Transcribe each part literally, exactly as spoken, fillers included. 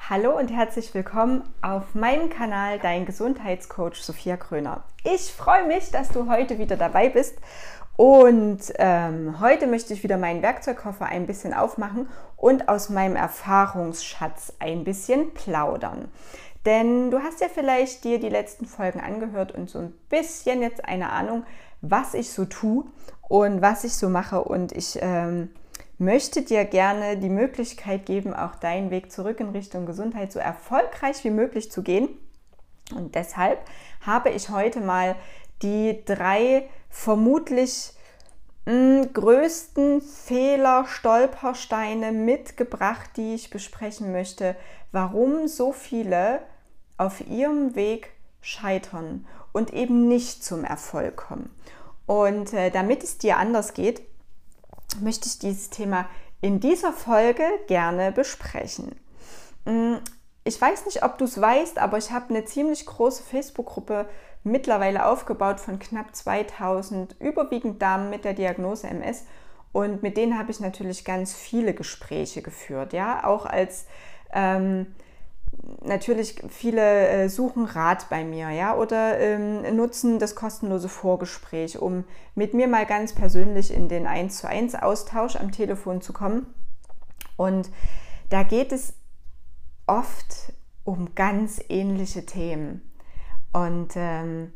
Hallo und herzlich willkommen auf meinem Kanal Dein Gesundheitscoach Sophia Kröner. Ich freue mich, dass du heute wieder dabei bist und ähm, heute möchte ich wieder meinen Werkzeugkoffer ein bisschen aufmachen und aus meinem Erfahrungsschatz ein bisschen plaudern. Denn du hast ja vielleicht dir die letzten Folgen angehört und so ein bisschen jetzt eine Ahnung, was ich so tue und was ich so mache, und ich ähm, möchte dir gerne die Möglichkeit geben, auch deinen Weg zurück in Richtung Gesundheit so erfolgreich wie möglich zu gehen. Und deshalb habe ich heute mal die drei vermutlich mh, größten Fehler, Stolpersteine mitgebracht, die ich besprechen möchte, warum so viele auf ihrem Weg scheitern und eben nicht zum Erfolg kommen. Und äh, damit es dir anders geht, möchte ich dieses Thema in dieser Folge gerne besprechen. Ich weiß nicht, ob du es weißt, aber ich habe eine ziemlich große Facebook-Gruppe mittlerweile aufgebaut von knapp zweitausend, überwiegend Damen mit der Diagnose M S, und mit denen habe ich natürlich ganz viele Gespräche geführt, ja, auch als ähm, natürlich viele äh, suchen Rat bei mir, ja, oder ähm, nutzen das kostenlose Vorgespräch, um mit mir mal ganz persönlich in den eins zu eins Austausch am Telefon zu kommen. Und da geht es oft um ganz ähnliche Themen. Und ähm,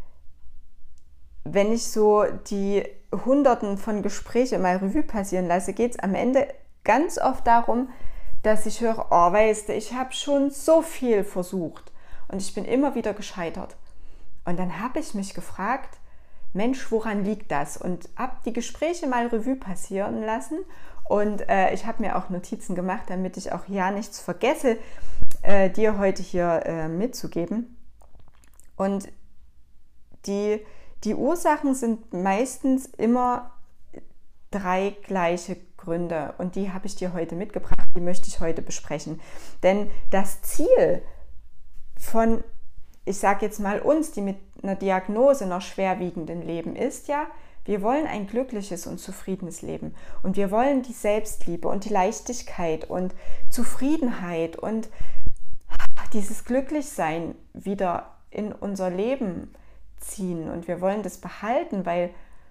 wenn ich so die Hunderten von Gesprächen mal Revue passieren lasse, geht es am Ende ganz oft darum, dass ich höre, oh, weißt du, ich habe schon so viel versucht und ich bin immer wieder gescheitert. Und dann habe ich mich gefragt, Mensch, woran liegt das? Und habe die Gespräche mal Revue passieren lassen, und äh, ich habe mir auch Notizen gemacht, damit ich auch ja nichts vergesse, äh, dir heute hier äh, mitzugeben. Und die, die Ursachen sind meistens immer drei gleiche Gründe, und die habe ich dir heute mitgebracht, die möchte ich heute besprechen. Denn das Ziel von, ich sage jetzt mal uns, die mit einer Diagnose noch schwerwiegenden leben, ist ja, wir wollen ein glückliches und zufriedenes Leben, und wir wollen die Selbstliebe und die Leichtigkeit und Zufriedenheit und dieses Glücklichsein wieder in unser Leben ziehen, und wir wollen das behalten, weil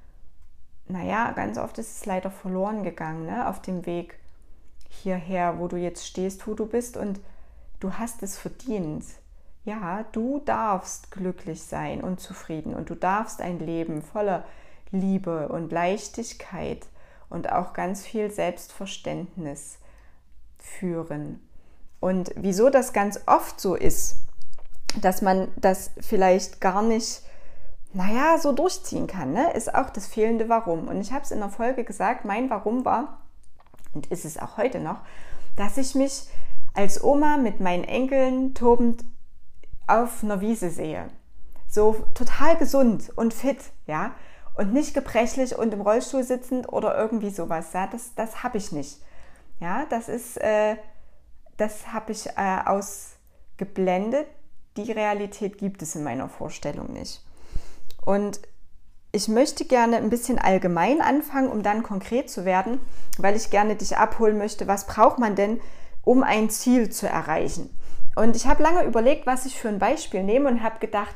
naja, ganz oft ist es leider verloren gegangen, ne? Auf dem Weg hierher, wo du jetzt stehst, wo du bist, und du hast es verdient. Ja, du darfst glücklich sein und zufrieden, und du darfst ein Leben voller Liebe und Leichtigkeit und auch ganz viel Selbstverständnis führen. Und wieso das ganz oft so ist, dass man das vielleicht gar nicht naja, so durchziehen kann, ne? Ist auch das fehlende Warum. Und ich habe es in der Folge gesagt, mein Warum war, und ist es auch heute noch, dass ich mich als Oma mit meinen Enkeln tobend auf einer Wiese sehe. So total gesund und fit, ja, und nicht gebrechlich und im Rollstuhl sitzend oder irgendwie sowas. Ja? Das, das habe ich nicht. Ja, das ist, äh, das habe ich äh, ausgeblendet. Die Realität gibt es in meiner Vorstellung nicht. Und ich möchte gerne ein bisschen allgemein anfangen, um dann konkret zu werden, weil ich gerne dich abholen möchte, was braucht man denn, um ein Ziel zu erreichen. Und ich habe lange überlegt, was ich für ein Beispiel nehme, und habe gedacht,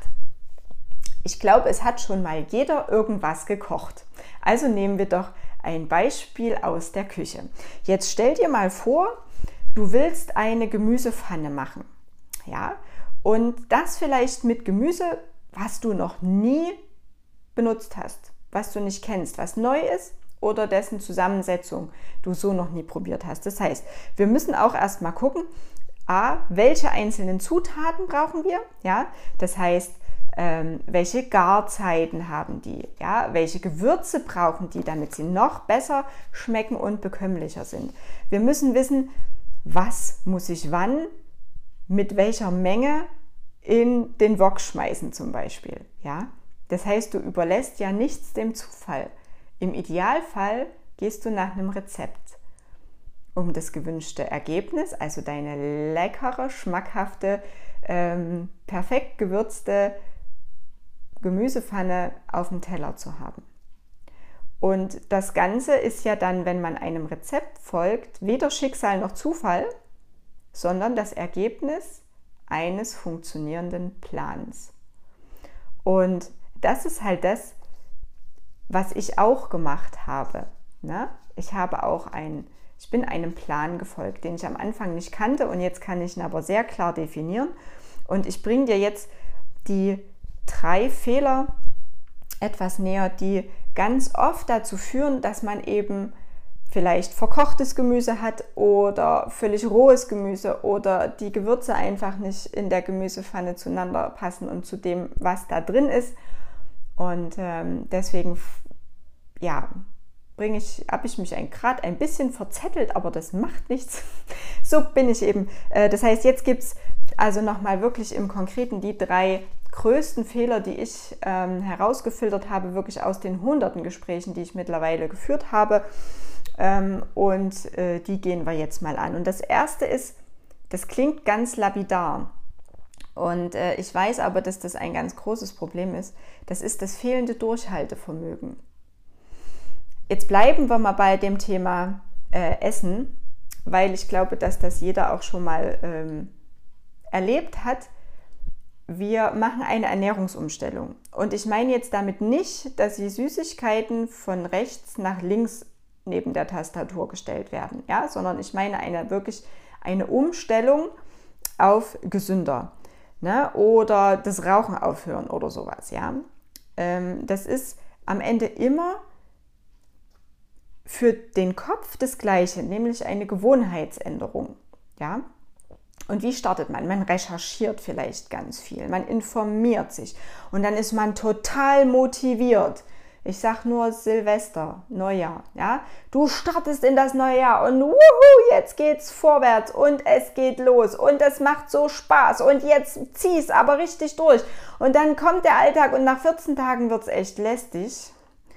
ich glaube, es hat schon mal jeder irgendwas gekocht. Also nehmen wir doch ein Beispiel aus der Küche. Jetzt stell dir mal vor, du willst eine Gemüsepfanne machen. Ja? Und das vielleicht mit Gemüse, was du noch nie benutzt hast, was du nicht kennst, was neu ist oder dessen Zusammensetzung du so noch nie probiert hast. Das heißt, wir müssen auch erstmal gucken, a, welche einzelnen Zutaten brauchen wir, ja, das heißt, ähm, welche Garzeiten haben die, ja, welche Gewürze brauchen die, damit sie noch besser schmecken und bekömmlicher sind. Wir müssen wissen, was muss ich wann, mit welcher Menge in den Wok schmeißen zum Beispiel, ja. Das heißt, du überlässt ja nichts dem Zufall. Im Idealfall gehst du nach einem Rezept, um das gewünschte Ergebnis, also deine leckere, schmackhafte, ähm, perfekt gewürzte Gemüsepfanne auf dem Teller zu haben. Und das Ganze ist ja dann, wenn man einem Rezept folgt, weder Schicksal noch Zufall, sondern das Ergebnis eines funktionierenden Plans. Und das ist halt das, was ich auch gemacht habe. Ne? Ich habe auch ein, ich bin einem Plan gefolgt, den ich am Anfang nicht kannte und jetzt kann ich ihn aber sehr klar definieren. Und ich bringe dir jetzt die drei Fehler etwas näher, die ganz oft dazu führen, dass man eben vielleicht verkochtes Gemüse hat oder völlig rohes Gemüse oder die Gewürze einfach nicht in der Gemüsepfanne zueinander passen und zu dem, was da drin ist. Und ähm, deswegen, ja, bringe ich, habe ich mich gerade ein bisschen verzettelt, aber das macht nichts. So bin ich eben. Äh, das heißt, jetzt gibt es also nochmal wirklich im Konkreten die drei größten Fehler, die ich ähm, herausgefiltert habe, wirklich aus den hunderten Gesprächen, die ich mittlerweile geführt habe. Ähm, und äh, die gehen wir jetzt mal an. Und das erste ist, das klingt ganz lapidar. Und äh, ich weiß aber, dass das ein ganz großes Problem ist. Das ist das fehlende Durchhaltevermögen. Jetzt bleiben wir mal bei dem Thema äh, Essen, weil ich glaube, dass das jeder auch schon mal ähm, erlebt hat. Wir machen eine Ernährungsumstellung. Und ich meine jetzt damit nicht, dass die Süßigkeiten von rechts nach links neben der Tastatur gestellt werden, ja? Sondern ich meine eine wirklich eine Umstellung auf gesünder, ne? Oder das Rauchen aufhören oder sowas. Ja? Ähm, das ist am Ende immer für den Kopf das Gleiche, nämlich eine Gewohnheitsänderung. Ja? Und wie startet man? Man recherchiert vielleicht ganz viel, man informiert sich und dann ist man total motiviert. Ich sage nur Silvester, Neujahr. Ja? Du startest in das neue Jahr und wuhu, jetzt geht's vorwärts und es geht los und es macht so Spaß und jetzt zieh's aber richtig durch. Und dann kommt der Alltag und nach vierzehn Tagen wird's echt lästig.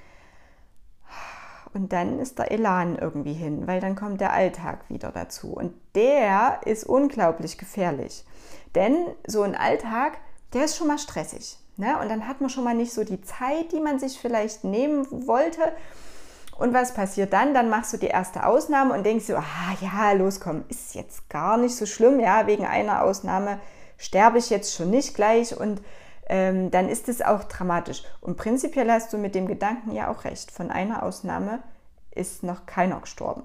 Und dann ist der Elan irgendwie hin, weil dann kommt der Alltag wieder dazu. Und der ist unglaublich gefährlich. Denn so ein Alltag, der ist schon mal stressig. Ne? Und dann hat man schon mal nicht so die Zeit, die man sich vielleicht nehmen wollte. Und was passiert dann? Dann machst du die erste Ausnahme und denkst so, ah ja, los komm, ist jetzt gar nicht so schlimm. Ja, wegen einer Ausnahme sterbe ich jetzt schon nicht gleich und ähm, dann ist es auch dramatisch. Und prinzipiell hast du mit dem Gedanken ja auch recht. Von einer Ausnahme ist noch keiner gestorben.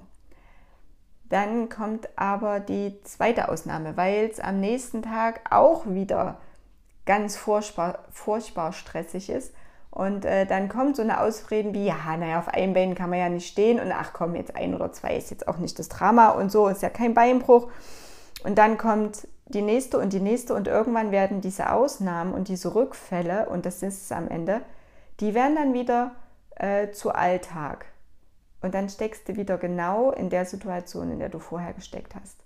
Dann kommt aber die zweite Ausnahme, weil es am nächsten Tag auch wieder ganz furchtbar, furchtbar stressig ist. Und äh, dann kommt so eine Ausreden wie, ja, naja, auf einem Bein kann man ja nicht stehen und ach komm, jetzt ein oder zwei ist jetzt auch nicht das Drama und so, ist ja kein Beinbruch. Und dann kommt die nächste und die nächste und irgendwann werden diese Ausnahmen und diese Rückfälle, und das ist es am Ende, die werden dann wieder äh, zu Alltag. Und dann steckst du wieder genau in der Situation, in der du vorher gesteckt hast.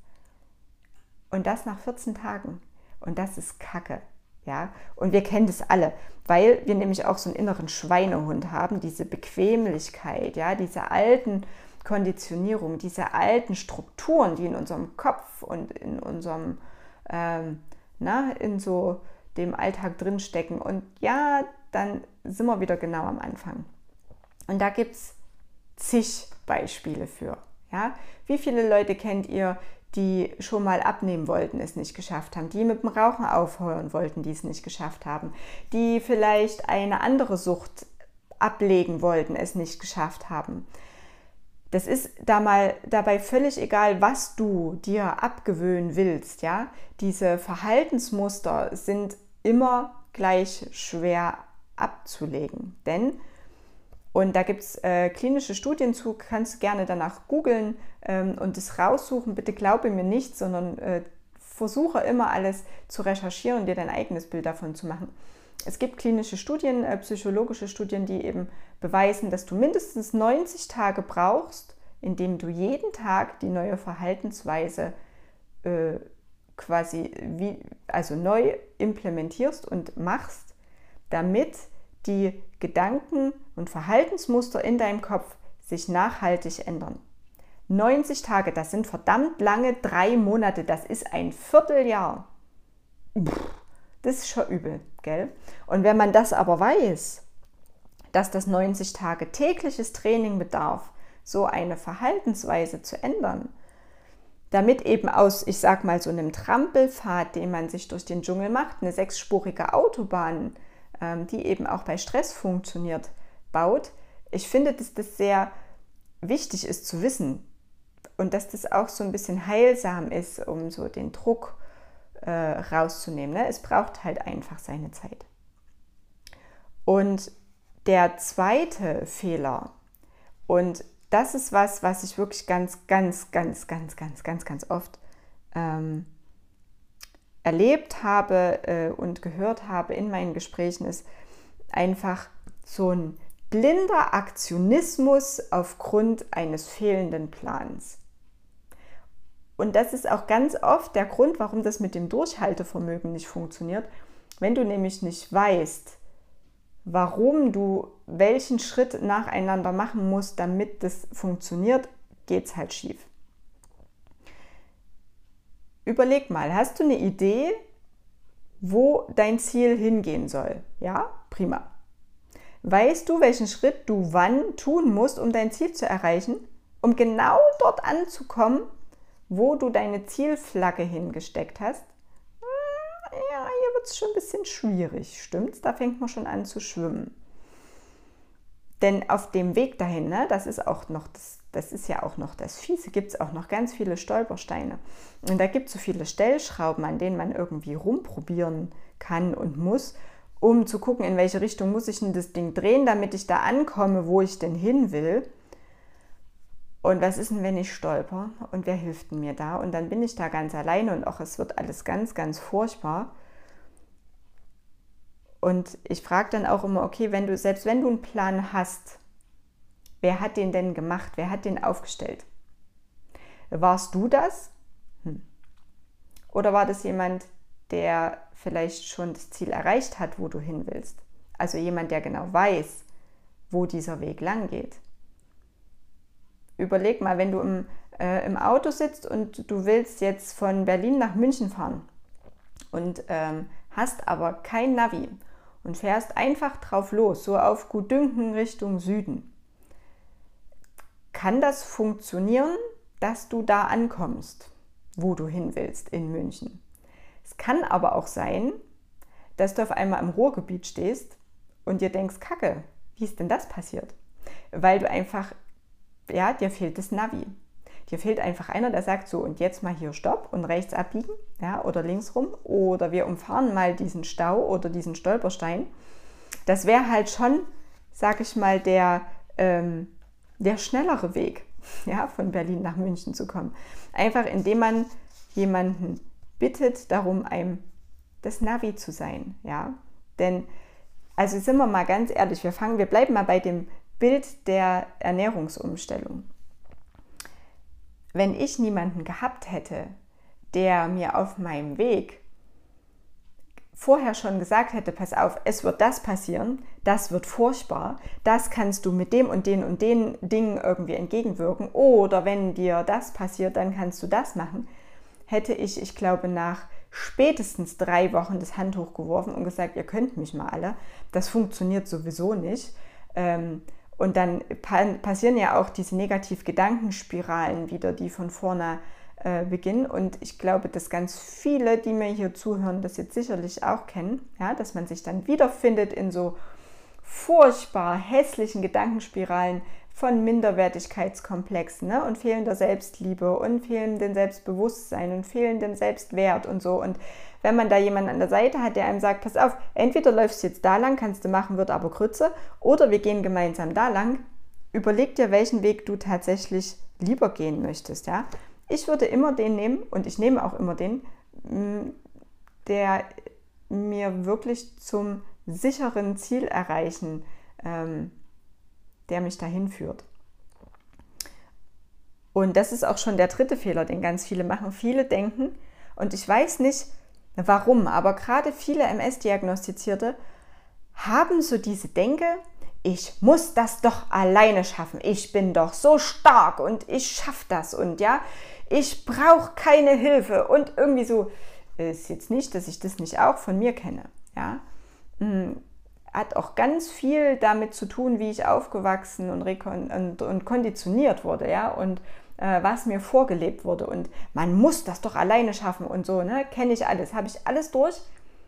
Und das nach vierzehn Tagen. Und das ist Kacke. Ja? Und wir kennen das alle, weil wir nämlich auch so einen inneren Schweinehund haben, diese Bequemlichkeit, ja? Diese alten Konditionierungen, diese alten Strukturen, die in unserem Kopf und in unserem, ähm, na, in so dem Alltag drinstecken. Und ja, dann sind wir wieder genau am Anfang. Und da gibt es zig Beispiele für. Ja? Wie viele Leute kennt ihr, die schon mal abnehmen wollten, es nicht geschafft haben, die mit dem Rauchen aufhören wollten, die es nicht geschafft haben, die vielleicht eine andere Sucht ablegen wollten, es nicht geschafft haben. Das ist da mal, dabei völlig egal, was du dir abgewöhnen willst. Ja? Diese Verhaltensmuster sind immer gleich schwer abzulegen. Denn, und da gibt es äh, klinische Studien zu, kannst du gerne danach googeln ähm, und es raussuchen. Bitte glaube mir nicht, sondern äh, versuche immer alles zu recherchieren und dir dein eigenes Bild davon zu machen. Es gibt klinische Studien, äh, psychologische Studien, die eben beweisen, dass du mindestens neunzig Tage brauchst, indem du jeden Tag die neue Verhaltensweise äh, quasi wie, also neu implementierst und machst, damit die Gedanken und Verhaltensmuster in deinem Kopf sich nachhaltig ändern. neunzig Tage, das sind verdammt lange drei Monate, das ist ein Vierteljahr. Pff, das ist schon übel, gell? Und wenn man das aber weiß, dass das neunzig Tage tägliches Training bedarf, so eine Verhaltensweise zu ändern, damit eben aus, ich sag mal, so einem Trampelpfad, den man sich durch den Dschungel macht, eine sechsspurige Autobahn, ähm, die eben auch bei Stress funktioniert, baut. Ich finde, dass das sehr wichtig ist zu wissen und dass das auch so ein bisschen heilsam ist, um so den Druck äh, rauszunehmen. Ne? Es braucht halt einfach seine Zeit. Und der zweite Fehler, und das ist was, was ich wirklich ganz, ganz, ganz, ganz, ganz, ganz, ganz oft ähm, erlebt habe äh, und gehört habe in meinen Gesprächen, ist einfach so ein blinder Aktionismus aufgrund eines fehlenden Plans. Und das ist auch ganz oft der Grund, warum das mit dem Durchhaltevermögen nicht funktioniert. Wenn du nämlich nicht weißt, warum du welchen Schritt nacheinander machen musst, damit das funktioniert, geht es halt schief. Überleg mal, hast du eine Idee, wo dein Ziel hingehen soll? Ja, prima. Weißt du, welchen Schritt du wann tun musst, um dein Ziel zu erreichen, um genau dort anzukommen, wo du deine Zielflagge hingesteckt hast? Ja, hier wird es schon ein bisschen schwierig, stimmt's? Da fängt man schon an zu schwimmen. Denn auf dem Weg dahin, ne, das ist auch noch das, das ist ja auch noch das Fiese, gibt es auch noch ganz viele Stolpersteine. Und da gibt es so viele Stellschrauben, an denen man irgendwie rumprobieren kann und muss, um zu gucken, in welche Richtung muss ich denn das Ding drehen, damit ich da ankomme, wo ich denn hin will. Und was ist denn, wenn ich stolper? Und wer hilft denn mir da? Und dann bin ich da ganz alleine und auch es wird alles ganz, ganz furchtbar. Und ich frage dann auch immer, okay, wenn du, selbst wenn du einen Plan hast, wer hat den denn gemacht? Wer hat den aufgestellt? Warst du das? Hm. Oder war das jemand, der vielleicht schon das Ziel erreicht hat, wo du hin willst? Also jemand, der genau weiß, wo dieser Weg lang geht. Überleg mal, wenn du im, äh, im Auto sitzt und du willst jetzt von Berlin nach München fahren und ähm, hast aber kein Navi und fährst einfach drauf los, so auf Gutdünken Richtung Süden. Kann das funktionieren, dass du da ankommst, wo du hin willst in München? Es kann aber auch sein, dass du auf einmal im Ruhrgebiet stehst und dir denkst, Kacke, wie ist denn das passiert? Weil du einfach ja, dir fehlt das Navi. Dir fehlt einfach einer, der sagt so, und jetzt mal hier Stopp und rechts abbiegen, ja, oder links rum, oder wir umfahren mal diesen Stau oder diesen Stolperstein. Das wäre halt schon, sag ich mal, der, ähm, der schnellere Weg, ja, von Berlin nach München zu kommen. Einfach indem man jemanden bittet, darum einem das Navi zu sein, ja. Denn, also sind wir mal ganz ehrlich, wir fangen, wir bleiben mal bei dem Bild der Ernährungsumstellung. Wenn ich niemanden gehabt hätte, der mir auf meinem Weg vorher schon gesagt hätte, pass auf, es wird das passieren, das wird furchtbar, das kannst du mit dem und den und den Dingen irgendwie entgegenwirken, oder wenn dir das passiert, dann kannst du das machen, hätte ich, ich glaube, nach spätestens drei Wochen das Handtuch geworfen und gesagt, ihr könnt mich mal alle, das funktioniert sowieso nicht. Ähm, Und dann passieren ja auch diese Negativ-Gedankenspiralen wieder, die von vorne äh, beginnen. Und ich glaube, dass ganz viele, die mir hier zuhören, das jetzt sicherlich auch kennen, ja, dass man sich dann wiederfindet in so furchtbar hässlichen Gedankenspiralen von Minderwertigkeitskomplexen, ne, und fehlender Selbstliebe und fehlendem Selbstbewusstsein und fehlendem Selbstwert und so. Und wenn man da jemanden an der Seite hat, der einem sagt, pass auf, entweder läufst du jetzt da lang, kannst du machen, wird aber Grütze, oder wir gehen gemeinsam da lang, überleg dir, welchen Weg du tatsächlich lieber gehen möchtest. Ja? Ich würde immer den nehmen, und ich nehme auch immer den, der mir wirklich zum sicheren Ziel erreichen, ähm, der mich dahin führt. Und das ist auch schon der dritte Fehler, den ganz viele machen. Viele denken, und ich weiß nicht, warum, aber gerade viele M S-Diagnostizierte haben so diese Denke, ich muss das doch alleine schaffen, ich bin doch so stark und ich schaffe das und ja, ich brauche keine Hilfe und irgendwie so, ist jetzt nicht, dass ich das nicht auch von mir kenne, ja, hat auch ganz viel damit zu tun, wie ich aufgewachsen und, rekon- und, und konditioniert wurde, ja, und äh, was mir vorgelebt wurde. Und man muss das doch alleine schaffen und so, ne? Kenne ich alles, habe ich alles durch.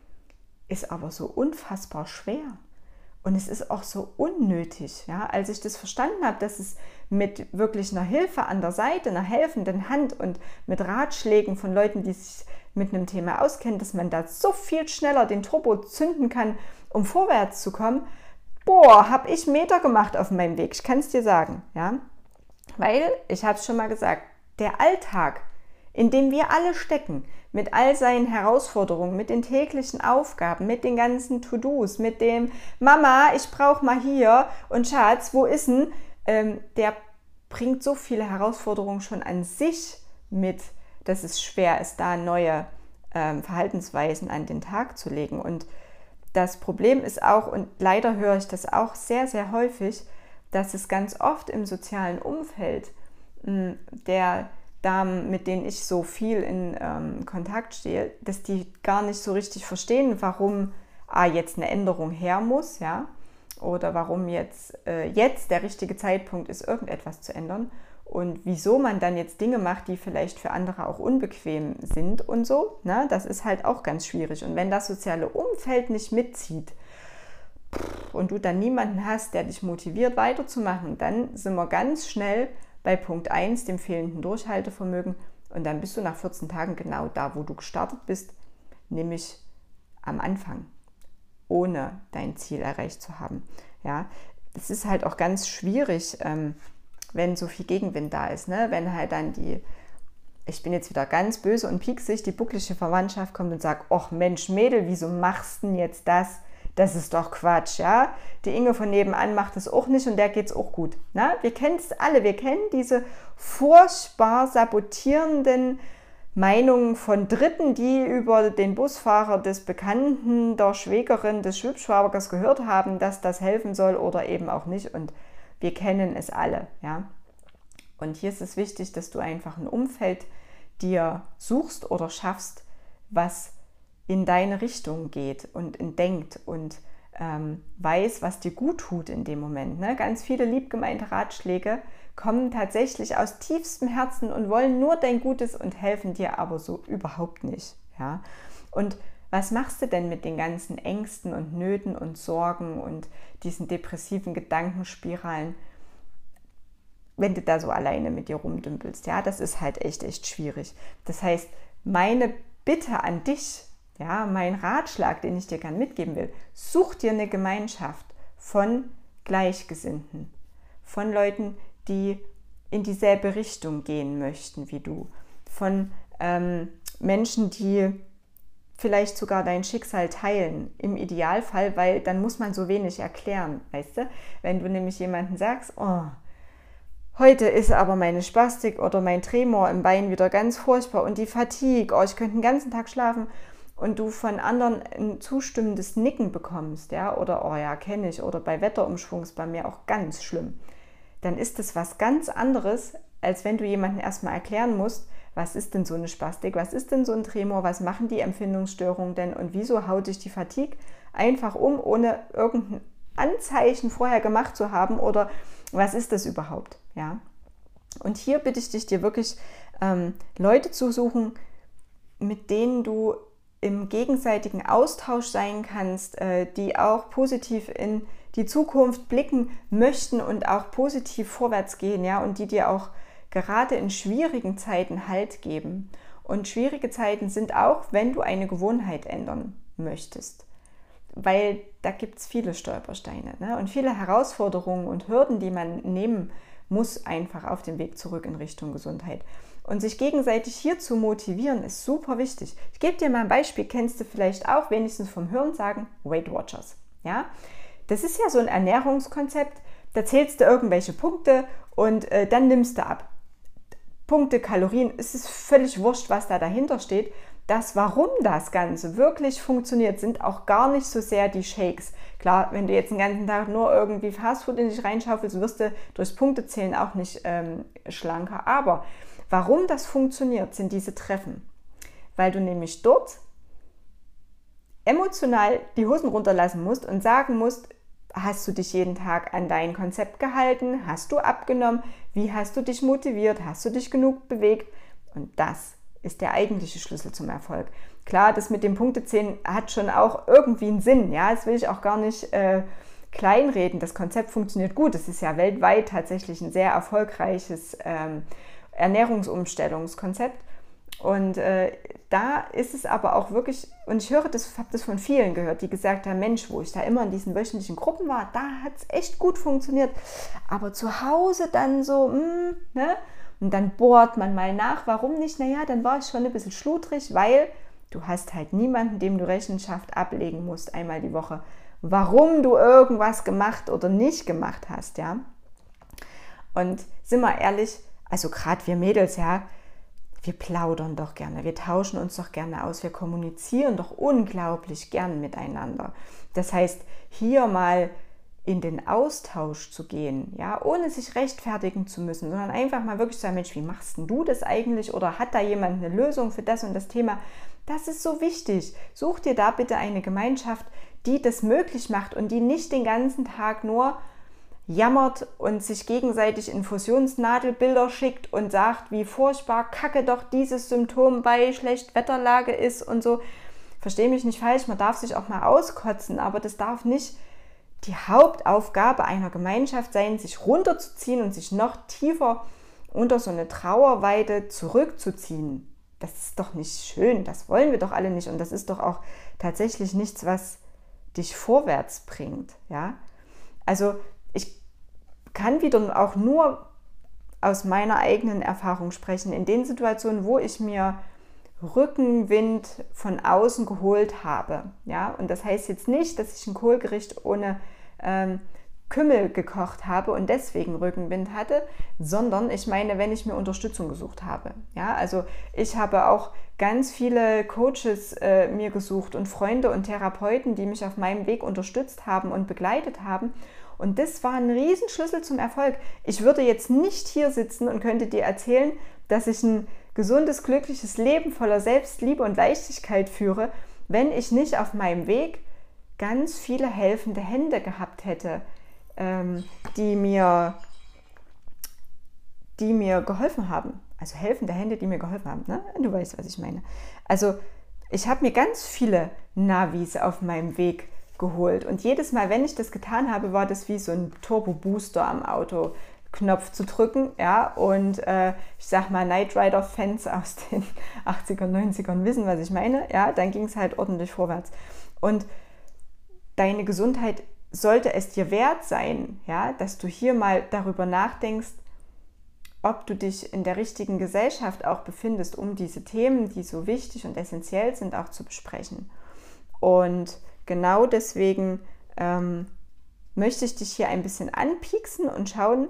Ist aber so unfassbar schwer. Und es ist auch so unnötig. Ja? Als ich das verstanden habe, dass es mit wirklich einer Hilfe an der Seite, einer helfenden Hand und mit Ratschlägen von Leuten, die sich mit einem Thema auskennen, dass man da so viel schneller den Turbo zünden kann, um vorwärts zu kommen, boah, habe ich Meter gemacht auf meinem Weg. Ich kann es dir sagen. Ja? Weil, ich habe es schon mal gesagt, der Alltag, in dem wir alle stecken, mit all seinen Herausforderungen, mit den täglichen Aufgaben, mit den ganzen To-Dos, mit dem Mama, ich brauche mal hier und Schatz, wo ist denn? Ähm, der bringt so viele Herausforderungen schon an sich mit, dass es schwer ist, da neue ähm, Verhaltensweisen an den Tag zu legen. Und das Problem ist auch, und leider höre ich das auch sehr, sehr häufig, dass es ganz oft im sozialen Umfeld mh, der Damen, mit denen ich so viel in ähm, Kontakt stehe, dass die gar nicht so richtig verstehen, warum ah, jetzt eine Änderung her muss, ja, oder warum jetzt, äh, jetzt der richtige Zeitpunkt ist, irgendetwas zu ändern und wieso man dann jetzt Dinge macht, die vielleicht für andere auch unbequem sind und so, ne? Das ist halt auch ganz schwierig. Und wenn das soziale Umfeld nicht mitzieht und du dann niemanden hast, der dich motiviert weiterzumachen, dann sind wir ganz schnell bei Punkt eins, dem fehlenden Durchhaltevermögen, und dann bist du nach vierzehn Tagen genau da, wo du gestartet bist, nämlich am Anfang, ohne dein Ziel erreicht zu haben. Ja, es ist halt auch ganz schwierig, ähm, wenn so viel Gegenwind da ist, ne? Wenn halt dann die, ich bin jetzt wieder ganz böse und pieksig, die bucklige Verwandtschaft kommt und sagt, ach Mensch Mädel, wieso machst du denn jetzt das? Das ist doch Quatsch, ja. Die Inge von nebenan macht es auch nicht und der geht's auch gut. Na? Wir kennen es alle, wir kennen diese furchtbar sabotierenden Meinungen von Dritten, die über den Busfahrer des Bekannten, der Schwägerin des Schwibschwabers gehört haben, dass das helfen soll oder eben auch nicht. Und wir kennen es alle, ja. Und hier ist es wichtig, dass du einfach ein Umfeld dir suchst oder schaffst, was in deine Richtung geht und denkt und ähm, weiß, was dir gut tut in dem Moment. Ne? Ganz viele liebgemeinte Ratschläge kommen tatsächlich aus tiefstem Herzen und wollen nur dein Gutes und helfen dir aber so überhaupt nicht. Ja? Und was machst du denn mit den ganzen Ängsten und Nöten und Sorgen und diesen depressiven Gedankenspiralen, wenn du da so alleine mit dir rumdümpelst? Ja, das ist halt echt, echt schwierig. Das heißt, meine Bitte an dich, ja, mein Ratschlag, den ich dir gerne mitgeben will, such dir eine Gemeinschaft von Gleichgesinnten, von Leuten, die in dieselbe Richtung gehen möchten wie du, von ähm, Menschen, die vielleicht sogar dein Schicksal teilen, im Idealfall, weil dann muss man so wenig erklären, weißt du? Wenn du nämlich jemandem sagst, oh, heute ist aber meine Spastik oder mein Tremor im Bein wieder ganz furchtbar und die Fatigue, oh, ich könnte den ganzen Tag schlafen, und du von anderen ein zustimmendes Nicken bekommst, ja, oder oh ja, kenne ich, oder bei Wetterumschwung ist bei mir auch ganz schlimm, dann ist das was ganz anderes, als wenn du jemandem erstmal erklären musst, was ist denn so eine Spastik, was ist denn so ein Tremor, was machen die Empfindungsstörungen denn und wieso haut dich die Fatigue einfach um, ohne irgendein Anzeichen vorher gemacht zu haben, oder was ist das überhaupt, ja. Und hier bitte ich dich, dir wirklich ähm, Leute zu suchen, mit denen du im gegenseitigen Austausch sein kannst, die auch positiv in die Zukunft blicken möchten und auch positiv vorwärts gehen, ja, und die dir auch gerade in schwierigen Zeiten Halt geben. Und schwierige Zeiten sind auch, wenn du eine Gewohnheit ändern möchtest, weil da gibt es viele Stolpersteine, ne, und viele Herausforderungen und Hürden, die man nehmen muss, einfach auf dem Weg zurück in Richtung Gesundheit. Und sich gegenseitig hier zu motivieren, ist super wichtig. Ich gebe dir mal ein Beispiel, kennst du vielleicht auch, wenigstens vom Hörensagen, Weight Watchers. Ja? Das ist ja so ein Ernährungskonzept, da zählst du irgendwelche Punkte und äh, dann nimmst du ab. Punkte, Kalorien, es ist völlig wurscht, was da dahinter steht. Das, warum das Ganze wirklich funktioniert, sind auch gar nicht so sehr die Shakes. Klar, wenn du jetzt den ganzen Tag nur irgendwie Fastfood in dich reinschaufelst, wirst du durchs Punktezählen auch nicht ähm, schlanker. Aber warum das funktioniert, sind diese Treffen. Weil du nämlich dort emotional die Hosen runterlassen musst und sagen musst, hast du dich jeden Tag an dein Konzept gehalten? Hast du abgenommen? Wie hast du dich motiviert? Hast du dich genug bewegt? Und das ist der eigentliche Schlüssel zum Erfolg. Klar, das mit dem Punktezählen hat schon auch irgendwie einen Sinn. Ja, das will ich auch gar nicht äh, kleinreden. Das Konzept funktioniert gut. Es ist ja weltweit tatsächlich ein sehr erfolgreiches ähm, Ernährungsumstellungskonzept. Und äh, da ist es aber auch wirklich, und ich höre das, habe das von vielen gehört, die gesagt haben, Mensch, wo ich da immer in diesen wöchentlichen Gruppen war, da hat es echt gut funktioniert. Aber zu Hause dann so, mh, ne? Und dann bohrt man mal nach, warum nicht? Naja, dann war ich schon ein bisschen schludrig, weil du hast halt niemanden, dem du Rechenschaft ablegen musst, einmal die Woche, warum du irgendwas gemacht oder nicht gemacht hast, ja. Und sind wir ehrlich, also gerade wir Mädels, ja, wir plaudern doch gerne, wir tauschen uns doch gerne aus, wir kommunizieren doch unglaublich gern miteinander. Das heißt, hier mal in den Austausch zu gehen, ja, ohne sich rechtfertigen zu müssen, sondern einfach mal wirklich sagen, Mensch, wie machst denn du das eigentlich? Oder hat da jemand eine Lösung für das und das Thema? Das ist so wichtig. Such dir da bitte eine Gemeinschaft, die das möglich macht und die nicht den ganzen Tag nur jammert und sich gegenseitig Infusionsnadelbilder schickt und sagt, wie furchtbar kacke doch dieses Symptom bei Schlechtwetterlage ist und so. Verstehe mich nicht falsch, man darf sich auch mal auskotzen, aber das darf nicht die Hauptaufgabe einer Gemeinschaft sein, sich runterzuziehen und sich noch tiefer unter so eine Trauerweide zurückzuziehen. Das ist doch nicht schön, das wollen wir doch alle nicht und das ist doch auch tatsächlich nichts, was dich vorwärts bringt. Ja? Also ich kann wieder auch nur aus meiner eigenen Erfahrung sprechen, in den Situationen, wo ich mir Rückenwind von außen geholt habe. Ja? Und das heißt jetzt nicht, dass ich ein Kohlgericht ohne ähm, Kümmel gekocht habe und deswegen Rückenwind hatte, sondern ich meine, wenn ich mir Unterstützung gesucht habe. Ja? Also ich habe auch ganz viele Coaches äh, mir gesucht und Freunde und Therapeuten, die mich auf meinem Weg unterstützt haben und begleitet haben. Und das war ein Riesenschlüssel zum Erfolg. Ich würde jetzt nicht hier sitzen und könnte dir erzählen, dass ich ein gesundes, glückliches Leben voller Selbstliebe und Leichtigkeit führe, wenn ich nicht auf meinem Weg ganz viele helfende Hände gehabt hätte, ähm, die mir, die mir geholfen haben. Also helfende Hände, die mir geholfen haben. Ne? Du weißt, was ich meine. Also ich habe mir ganz viele Navis auf meinem Weg geholt. Und jedes Mal, wenn ich das getan habe, war das wie so ein Turbo-Booster am Auto. Knopf zu drücken, ja, und äh, ich sag mal, Knight Rider-Fans aus den achtzigern, neunzigern wissen, was ich meine, ja, dann ging es halt ordentlich vorwärts. Und deine Gesundheit sollte es dir wert sein, ja, dass du hier mal darüber nachdenkst, ob du dich in der richtigen Gesellschaft auch befindest, um diese Themen, die so wichtig und essentiell sind, auch zu besprechen. Und genau deswegen ähm, möchte ich dich hier ein bisschen anpieksen und schauen,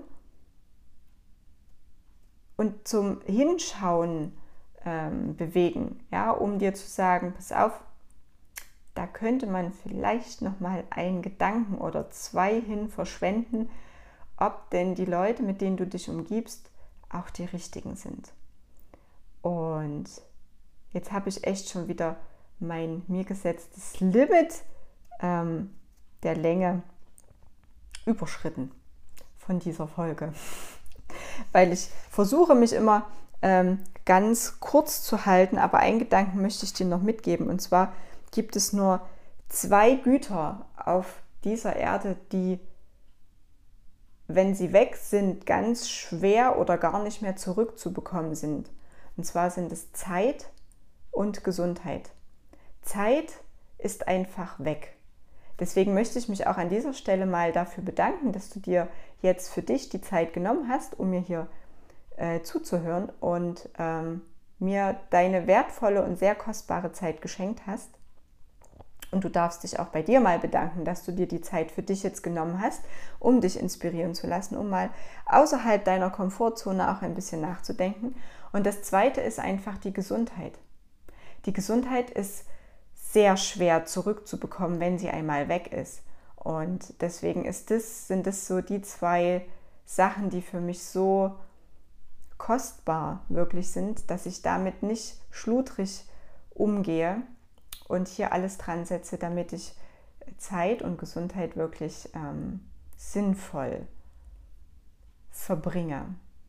und zum Hinschauen ähm, bewegen, ja, um dir zu sagen, pass auf, da könnte man vielleicht nochmal einen Gedanken oder zwei hin verschwenden, ob denn die Leute, mit denen du dich umgibst, auch die richtigen sind. Und jetzt habe ich echt schon wieder mein mir gesetztes Limit ähm, der Länge überschritten von dieser Folge. Weil ich versuche, mich immer ähm, ganz kurz zu halten, aber einen Gedanken möchte ich dir noch mitgeben. Und zwar gibt es nur zwei Güter auf dieser Erde, die, wenn sie weg sind, ganz schwer oder gar nicht mehr zurückzubekommen sind. Und zwar sind es Zeit und Gesundheit. Zeit ist einfach weg. Deswegen möchte ich mich auch an dieser Stelle mal dafür bedanken, dass du dir jetzt für dich die Zeit genommen hast, um mir hier äh, zuzuhören und ähm, mir deine wertvolle und sehr kostbare Zeit geschenkt hast. Und du darfst dich auch bei dir mal bedanken, dass du dir die Zeit für dich jetzt genommen hast, um dich inspirieren zu lassen, um mal außerhalb deiner Komfortzone auch ein bisschen nachzudenken. Und das Zweite ist einfach die Gesundheit. Die Gesundheit ist sehr schwer zurückzubekommen, wenn sie einmal weg ist. Und deswegen ist das, sind das so die zwei Sachen, die für mich so kostbar wirklich sind, dass ich damit nicht schludrig umgehe und hier alles dran setze, damit ich Zeit und Gesundheit wirklich ähm, sinnvoll verbringe.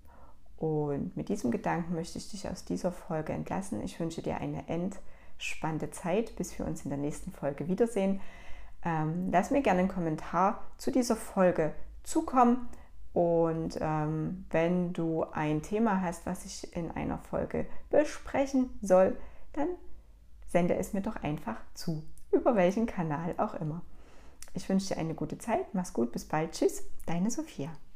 Und mit diesem Gedanken möchte ich dich aus dieser Folge entlassen. Ich wünsche dir eine entspannte Zeit, bis wir uns in der nächsten Folge wiedersehen. Ähm, lass mir gerne einen Kommentar zu dieser Folge zukommen. Und ähm, wenn du ein Thema hast, was ich in einer Folge besprechen soll, dann sende es mir doch einfach zu, über welchen Kanal auch immer. Ich wünsche dir eine gute Zeit, mach's gut, bis bald, tschüss, deine Sophia.